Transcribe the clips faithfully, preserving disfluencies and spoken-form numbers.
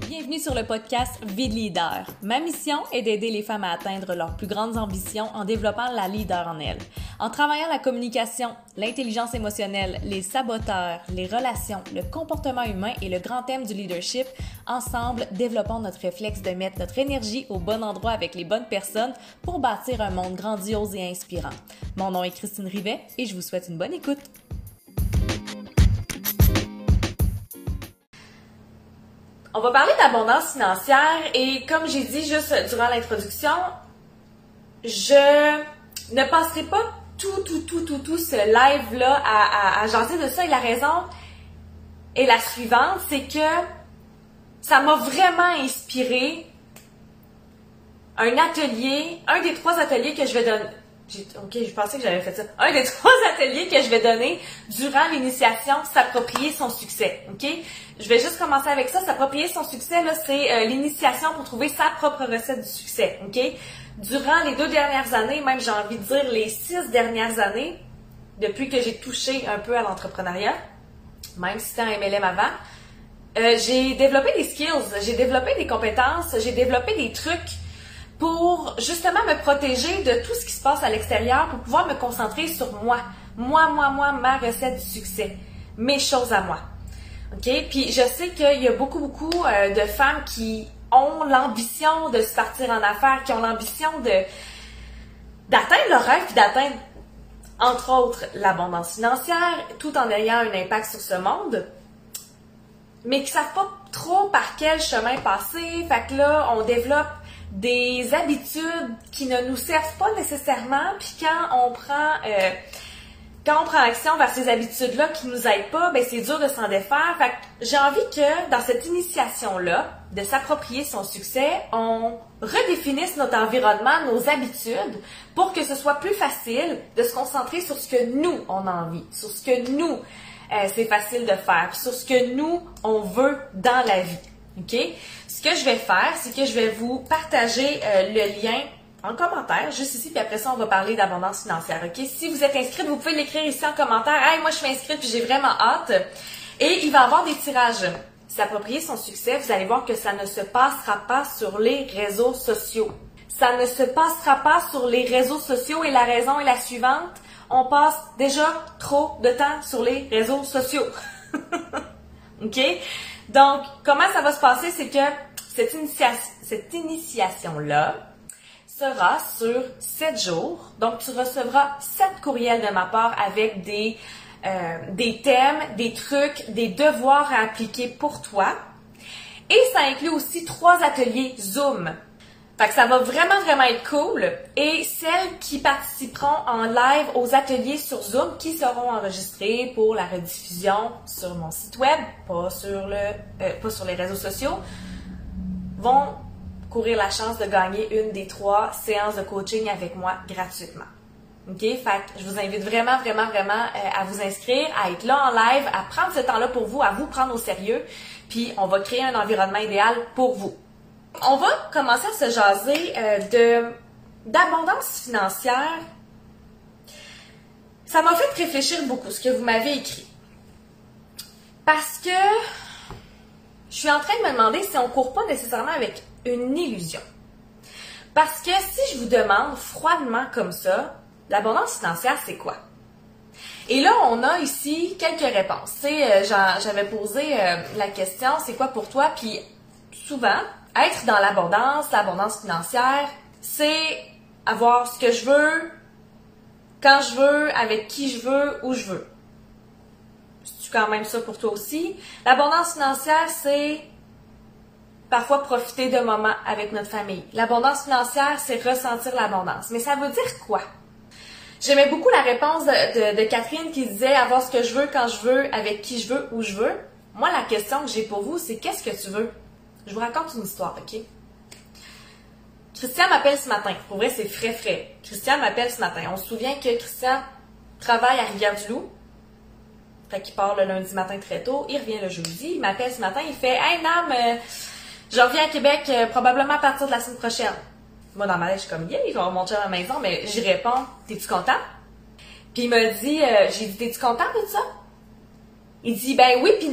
Bienvenue sur le podcast Vie de leader. Ma mission est d'aider les femmes à atteindre leurs plus grandes ambitions en développant la leader en elles. En travaillant la communication, l'intelligence émotionnelle, les saboteurs, les relations, le comportement humain et le grand thème du leadership, ensemble, développons notre réflexe de mettre notre énergie au bon endroit avec les bonnes personnes pour bâtir un monde grandiose et inspirant. Mon nom est Christine Rivet et je vous souhaite une bonne écoute. On va parler d'abondance financière et comme j'ai dit juste durant l'introduction, je ne passerai pas tout, tout, tout, tout, tout ce live-là à, à, à jaser de ça. Et la raison est la suivante, c'est que ça m'a vraiment inspiré un atelier, un des trois ateliers que je vais donner. Ok, je pensais que j'avais fait ça. Un des trois ateliers que je vais donner durant l'initiation S'approprier son succès. Ok, je vais juste commencer avec ça. S'approprier son succès, là, c'est euh, l'initiation pour trouver sa propre recette du succès. Ok, durant les deux dernières années, même j'ai envie de dire les six dernières années, depuis que j'ai touché un peu à l'entrepreneuriat, même si c'était un M L M avant, euh, j'ai développé des skills, j'ai développé des compétences, j'ai développé des trucs pour justement me protéger de tout ce qui se passe à l'extérieur, pour pouvoir me concentrer sur moi. Moi, moi, moi, ma recette du succès. Mes choses à moi. OK? Puis je sais qu'il y a beaucoup, beaucoup euh, de femmes qui ont l'ambition de se partir en affaires, qui ont l'ambition de d'atteindre leur rêve, puis d'atteindre, entre autres, l'abondance financière, tout en ayant un impact sur ce monde, mais qui ne savent pas trop par quel chemin passer. Fait que là, on développe des habitudes qui ne nous servent pas nécessairement, puis quand on prend euh, quand on prend action vers ces habitudes-là qui nous aident pas, ben c'est dur de s'en défaire. Fait que j'ai envie que dans cette initiation-là, de s'approprier son succès, on redéfinisse notre environnement, nos habitudes, pour que ce soit plus facile de se concentrer sur ce que nous, on a envie, sur ce que nous, euh, c'est facile de faire, sur ce que nous, on veut dans la vie. OK? Ce que je vais faire, c'est que je vais vous partager euh, le lien en commentaire, juste ici, puis après ça, on va parler d'abondance financière. OK? Si vous êtes inscrite, vous pouvez l'écrire ici en commentaire. Hey, moi, je suis inscrite, puis j'ai vraiment hâte. Et il va y avoir des tirages. S'approprier son succès, vous allez voir que ça ne se passera pas sur les réseaux sociaux. Ça ne se passera pas sur les réseaux sociaux et la raison est la suivante. On passe déjà trop de temps sur les réseaux sociaux. OK? Donc, comment ça va se passer, c'est que cette, initia cette initiation-là sera sur sept jours. Donc, tu recevras sept courriels de ma part avec des, euh, des thèmes, des trucs, des devoirs à appliquer pour toi. Et ça inclut aussi trois ateliers Zoom. Fait que ça va vraiment, vraiment être cool. Et celles qui participeront en live aux ateliers sur Zoom, qui seront enregistrées pour la rediffusion sur mon site web, pas sur, le, euh, pas sur les réseaux sociaux, vont courir la chance de gagner une des trois séances de coaching avec moi gratuitement. OK? Fait que je vous invite vraiment, vraiment, vraiment euh, à vous inscrire, à être là en live, à prendre ce temps-là pour vous, à vous prendre au sérieux, puis on va créer un environnement idéal pour vous. On va commencer à se jaser euh, de d'abondance financière. Ça m'a fait réfléchir beaucoup, ce que vous m'avez écrit. Parce que je suis en train de me demander si on ne court pas nécessairement avec une illusion. Parce que si je vous demande froidement comme ça, l'abondance financière, c'est quoi? Et là, on a ici quelques réponses. Tu sais, euh, j'avais posé euh, la question, c'est quoi pour toi? Puis souvent, être dans l'abondance, l'abondance financière, c'est avoir ce que je veux, quand je veux, avec qui je veux, où je veux. C'est quand même ça pour toi aussi. L'abondance financière, c'est parfois profiter de moments avec notre famille. L'abondance financière, c'est ressentir l'abondance. Mais ça veut dire quoi? J'aimais beaucoup la réponse de, de, de Catherine qui disait avoir ce que je veux, quand je veux, avec qui je veux, où je veux. Moi, la question que j'ai pour vous, c'est qu'est-ce que tu veux? Je vous raconte une histoire, OK? Christian m'appelle ce matin. Pour vrai, c'est frais, frais. Christian m'appelle ce matin. On se souvient que Christian travaille à Rivière-du-Loup. Fait qu'il part le lundi matin très tôt. Il revient le jeudi. Il m'appelle ce matin. Il fait « Hey, Nam, euh, je reviens à Québec euh, probablement à partir de la semaine prochaine. » Moi, dans ma tête, je suis comme « Yeah, je vais remonter à ma maison. » Mais j'y réponds « T'es-tu content? » Puis il me dit euh, « J'ai dit, t'es-tu content de ça? » Il dit « Ben oui, puis non. »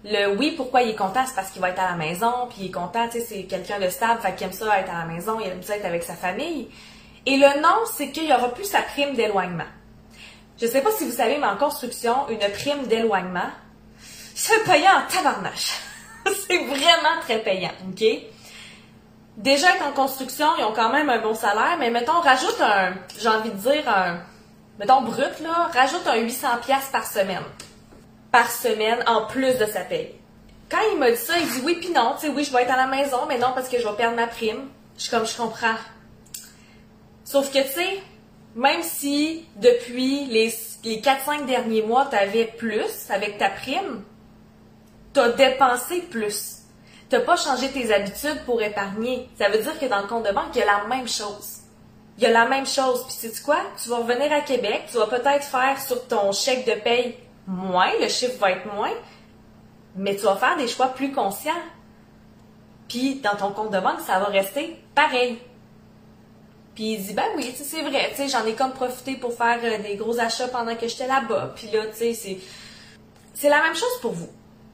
Le oui, pourquoi il est content, c'est parce qu'il va être à la maison, puis il est content, tu sais, c'est quelqu'un de stable, fait qu'il aime ça être à la maison, il aime ça être avec sa famille. Et le non, c'est qu'il y aura plus sa prime d'éloignement. Je sais pas si vous savez, mais en construction, une prime d'éloignement, c'est payant en tabarnache. C'est vraiment très payant, OK? Déjà, être en construction, ils ont quand même un bon salaire, mais mettons, rajoute un, j'ai envie de dire, un, mettons brut, là, rajoute un huit cents dollars par semaine. Par semaine, en plus de sa paye. Quand il m'a dit ça, il dit oui puis non, tu sais, oui, je vais être à la maison, mais non, parce que je vais perdre ma prime. Je suis comme, je comprends. Sauf que, tu sais, même si depuis les, les quatre cinq derniers mois, tu avais plus avec ta prime, tu as dépensé plus. Tu n'as pas changé tes habitudes pour épargner. Ça veut dire que dans le compte de banque, il y a la même chose. Il y a la même chose. Puis sais-tu quoi? Tu vas revenir à Québec, tu vas peut-être faire sur ton chèque de paye moins, le chiffre va être moins, mais tu vas faire des choix plus conscients. Puis dans ton compte de banque, ça va rester pareil. Puis il dit, ben oui, c'est vrai, tu sais, j'en ai comme profité pour faire euh, des gros achats pendant que j'étais là-bas. Puis là, tu sais, c'est, c'est la même chose pour vous.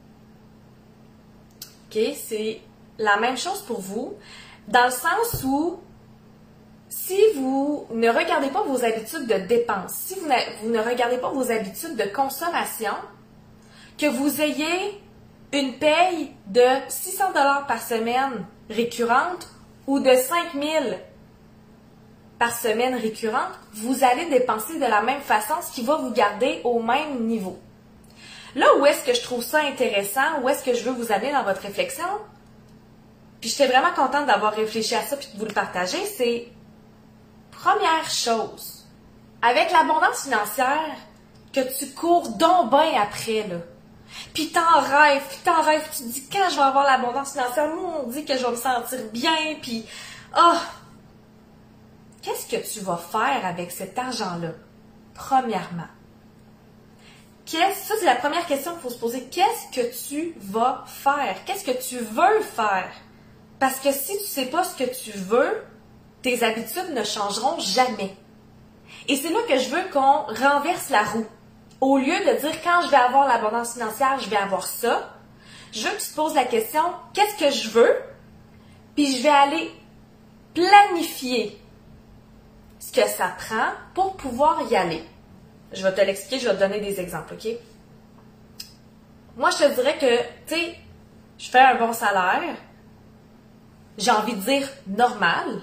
OK? C'est la même chose pour vous, dans le sens où si vous ne regardez pas vos habitudes de dépenses, si vous ne, vous ne regardez pas vos habitudes de consommation, que vous ayez une paye de six cents dollars par semaine récurrente ou de cinq mille par semaine récurrente, vous allez dépenser de la même façon, ce qui va vous garder au même niveau. Là où est-ce que je trouve ça intéressant, où est-ce que je veux vous amener dans votre réflexion, puis j'étais vraiment contente d'avoir réfléchi à ça puis de vous le partager, c'est première chose, avec l'abondance financière, que tu cours donc bien après, là. Puis t'en rêves, puis t'en rêves, tu te dis, quand je vais avoir l'abondance financière, moi, on dit que je vais me sentir bien, puis, ah! Oh, qu'est-ce que tu vas faire avec cet argent-là? Premièrement. Qu'est-ce, ça, c'est la première question qu'il faut se poser. Qu'est-ce que tu vas faire? Qu'est-ce que tu veux faire? Parce que si tu sais pas ce que tu veux, tes habitudes ne changeront jamais. Et c'est là que je veux qu'on renverse la roue. Au lieu de dire, quand je vais avoir l'abondance financière, je vais avoir ça, je veux que tu te poses la question, qu'est-ce que je veux? Puis je vais aller planifier ce que ça prend pour pouvoir y aller. Je vais te l'expliquer, je vais te donner des exemples, OK? Moi, je te dirais que, tu sais, je fais un bon salaire, j'ai envie de dire normal,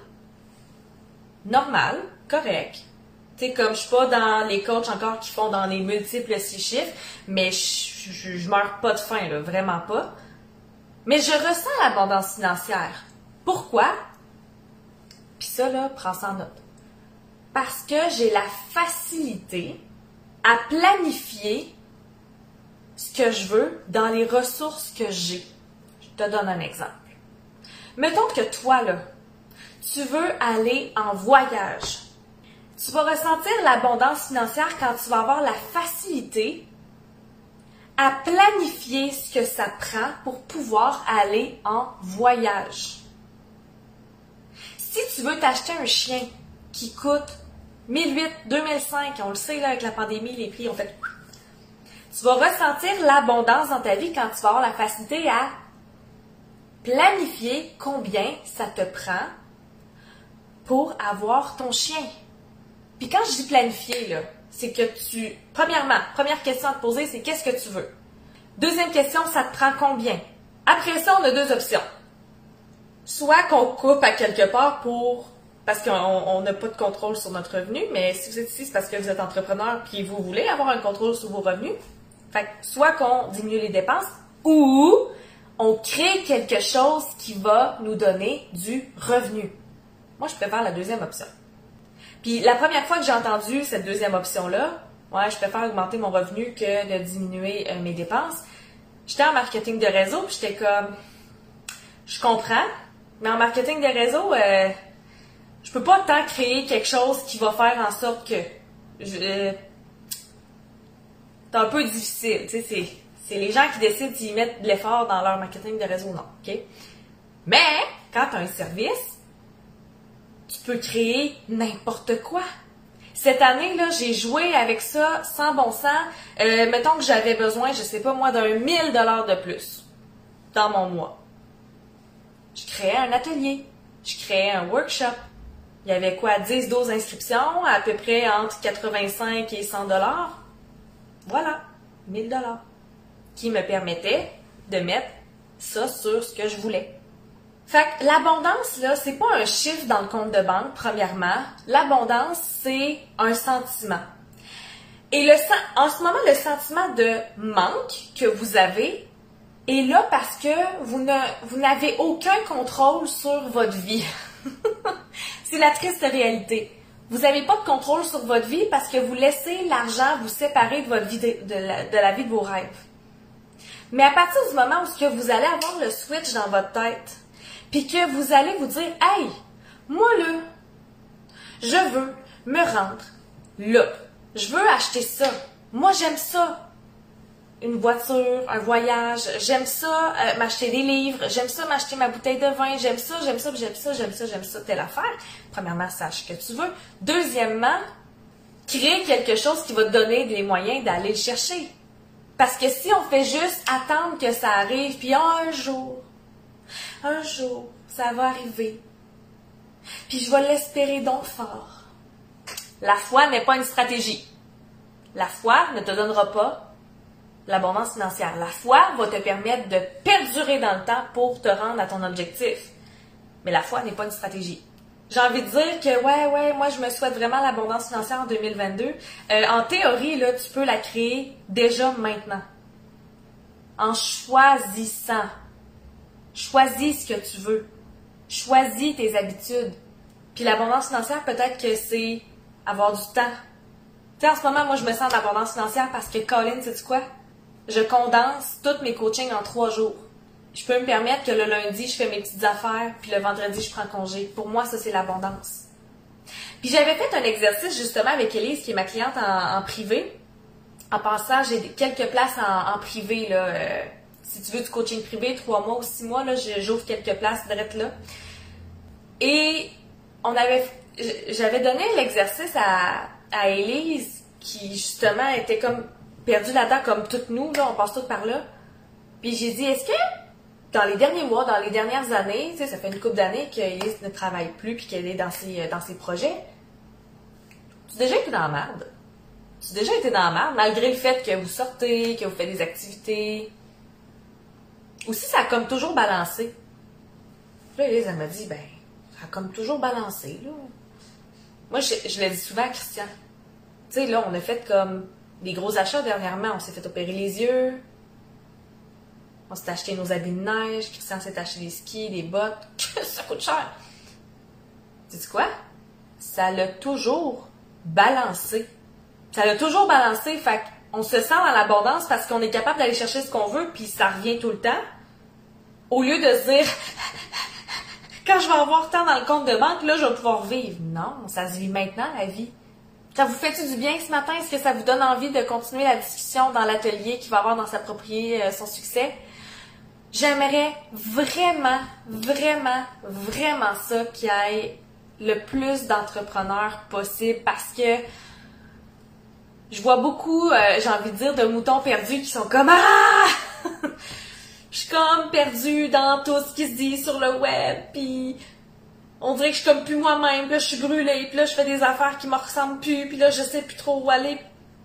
normal, correct. Tu sais, comme je suis pas dans les coachs encore qui font dans les multiples six chiffres, mais je, je, je meurs pas de faim, là, vraiment pas. Mais je ressens l'abondance financière. Pourquoi? Puis ça, là, prends ça en note. Parce que j'ai la facilité à planifier ce que je veux dans les ressources que j'ai. Je te donne un exemple. Mettons que toi, là, tu veux aller en voyage. Tu vas ressentir l'abondance financière quand tu vas avoir la facilité à planifier ce que ça prend pour pouvoir aller en voyage. Si tu veux t'acheter un chien qui coûte mille huit, deux mille cinq, on le sait là avec la pandémie, les prix ont fait... Tu vas ressentir l'abondance dans ta vie quand tu vas avoir la facilité à planifier combien ça te prend pour avoir ton chien. Puis quand je dis planifier, là, c'est que tu... Premièrement, première question à te poser, c'est qu'est-ce que tu veux? Deuxième question, ça te prend combien? Après ça, on a deux options. Soit qu'on coupe à quelque part pour... parce qu'on n'a pas de contrôle sur notre revenu, mais si vous êtes ici, c'est parce que vous êtes entrepreneur et vous voulez avoir un contrôle sur vos revenus. Fait que soit qu'on diminue les dépenses ou on crée quelque chose qui va nous donner du revenu. Moi, je préfère la deuxième option. Puis la première fois que j'ai entendu cette deuxième option-là, ouais, je préfère augmenter mon revenu que de diminuer euh, mes dépenses. J'étais en marketing de réseau, puis j'étais comme, je comprends, mais en marketing de réseau, euh, je peux pas tant créer quelque chose qui va faire en sorte que je, euh, c'est un peu difficile, tu sais, c'est, c'est les gens qui décident d'y mettre de l'effort dans leur marketing de réseau, non, ok? Mais, quand tu as un service, tu peux créer n'importe quoi. Cette année, là, j'ai joué avec ça sans bon sens. Euh, mettons que j'avais besoin, je sais pas moi, d'un mille dollars de plus dans mon mois. Je créais un atelier. Je créais un workshop. Il y avait quoi, dix douze inscriptions, à peu près entre quatre-vingt-cinq et cent dollars. Voilà, mille dollars. Qui me permettait de mettre ça sur ce que je voulais. Fait que l'abondance, là, c'est pas un chiffre dans le compte de banque, premièrement. L'abondance, c'est un sentiment. Et le en ce moment, le sentiment de manque que vous avez est là parce que vous ne vous n'avez aucun contrôle sur votre vie. C'est la triste réalité. Vous n'avez pas de contrôle sur votre vie parce que vous laissez l'argent vous séparer de votre vie de, de, la, de la vie de vos rêves. Mais à partir du moment où ce que vous allez avoir le switch dans votre tête, puis que vous allez vous dire, hey, moi là, je veux me rendre là. Je veux acheter ça. Moi, j'aime ça. Une voiture, un voyage. J'aime ça, euh, m'acheter des livres. J'aime ça, m'acheter ma bouteille de vin. J'aime ça, j'aime ça, j'aime ça, j'aime ça, j'aime ça, telle affaire. Premièrement, sache ce que tu veux. Deuxièmement, crée quelque chose qui va te donner les moyens d'aller le chercher. Parce que si on fait juste attendre que ça arrive, puis oh, un jour, un jour, ça va arriver. Puis je vais l'espérer donc fort. La foi n'est pas une stratégie. La foi ne te donnera pas l'abondance financière. La foi va te permettre de perdurer dans le temps pour te rendre à ton objectif. Mais la foi n'est pas une stratégie. J'ai envie de dire que, ouais, ouais, moi, je me souhaite vraiment l'abondance financière en deux mille vingt-deux. Euh, en théorie, là, tu peux la créer déjà maintenant. En choisissant. Choisis ce que tu veux. Choisis tes habitudes. Puis l'abondance financière, peut-être que c'est avoir du temps. Tu sais, en ce moment, moi, je me sens d'abondance financière parce que, Colin, sais-tu quoi? Je condense tous mes coachings en trois jours. Je peux me permettre que le lundi, je fais mes petites affaires, puis le vendredi, je prends congé. Pour moi, ça, c'est l'abondance. Puis j'avais fait un exercice, justement, avec Élise, qui est ma cliente en, en privé. En passant, j'ai quelques places en, en privé, là. Euh, si tu veux du coaching privé, trois mois ou six mois, là, j'ouvre quelques places direct là. Et on avait, j'avais donné l'exercice à, à Élise, qui, justement, était comme perdue là-dedans, comme toutes nous, là, on passe toutes par là. Puis j'ai dit, est-ce que dans les derniers mois, dans les dernières années, tu sais, ça fait une couple d'années qu'Élise ne travaille plus puis qu'elle est dans ses, dans ses projets, tu as déjà été dans la merde. Tu as déjà été dans la merde, malgré le fait que vous sortez, que vous faites des activités. Ou si ça a comme toujours balancé. Puis là, Élise, elle m'a dit, ben, ça a comme toujours balancé, là. Moi, je, je le dis souvent à Christian. Tu sais, là, on a fait comme des gros achats dernièrement. On s'est fait opérer les yeux. On s'est acheté nos habits de neige. Christian s'est acheté des skis, des bottes. Ça coûte cher. Sais-tu quoi? Ça l'a toujours balancé. Ça l'a toujours balancé. Fait qu'on se sent dans l'abondance parce qu'on est capable d'aller chercher ce qu'on veut puis ça revient tout le temps. Au lieu de se dire, quand je vais avoir tant dans le compte de banque, là, je vais pouvoir vivre. Non, ça se vit maintenant, la vie. Ça vous fait-tu du bien ce matin? Est-ce que ça vous donne envie de continuer la discussion dans l'atelier qui va avoir dans s'approprier euh, son succès? J'aimerais vraiment, vraiment, vraiment ça qu'il y ait le plus d'entrepreneurs possible parce que je vois beaucoup, euh, j'ai envie de dire, de moutons perdus qui sont comme « Ah! » Je suis comme perdue dans tout ce qui se dit sur le web, puis on dirait que je suis comme plus moi-même, puis là je suis brûlée, puis là je fais des affaires qui me ressemblent plus, puis là je sais plus trop où aller.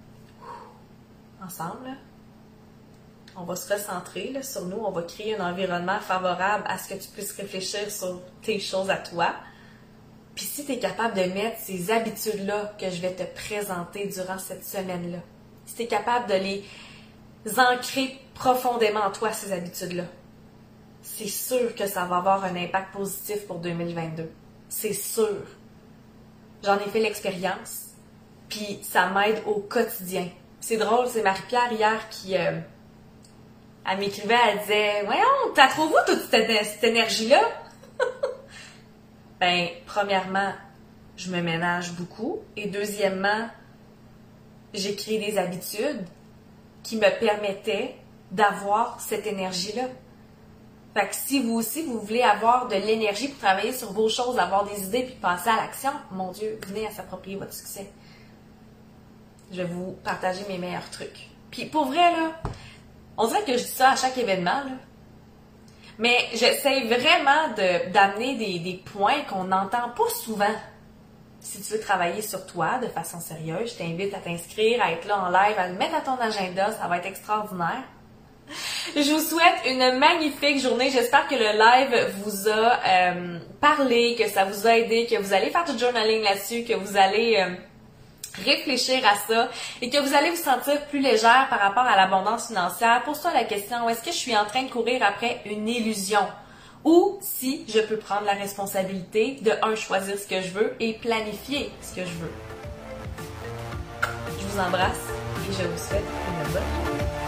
Ensemble, là, on va se recentrer là, sur nous, on va créer un environnement favorable à ce que tu puisses réfléchir sur tes choses à toi. Puis si tu es capable de mettre ces habitudes-là que je vais te présenter durant cette semaine-là, si tu es capable de les ancrer profondément en toi, ces habitudes-là, c'est sûr que ça va avoir un impact positif pour deux mille vingt-deux. C'est sûr. J'en ai fait l'expérience, puis ça m'aide au quotidien. C'est drôle, c'est Marie-Pierre hier qui... Euh, elle m'écrivait, elle disait « Voyons, t'as trouvé toute cette, cette énergie-là? » Ben, premièrement, je me ménage beaucoup. Et deuxièmement, j'ai créé des habitudes qui me permettaient d'avoir cette énergie-là. Fait que si vous aussi, vous voulez avoir de l'énergie pour travailler sur vos choses, avoir des idées puis passer à l'action, mon Dieu, venez à s'approprier votre succès. Je vais vous partager mes meilleurs trucs. Puis pour vrai, là, on dirait que je dis ça à chaque événement, là. Mais j'essaie vraiment de, d'amener des, des points qu'on n'entend pas souvent. Si tu veux travailler sur toi de façon sérieuse, je t'invite à t'inscrire, à être là en live, à le mettre à ton agenda, ça va être extraordinaire. Je vous souhaite une magnifique journée. J'espère que le live vous a euh, parlé, que ça vous a aidé, que vous allez faire du journaling là-dessus, que vous allez euh, réfléchir à ça et que vous allez vous sentir plus légère par rapport à l'abondance financière. Pose-toi la question, est-ce que je suis en train de courir après une illusion? Ou si je peux prendre la responsabilité de, un, choisir ce que je veux et planifier ce que je veux. Je vous embrasse et je vous souhaite une bonne journée.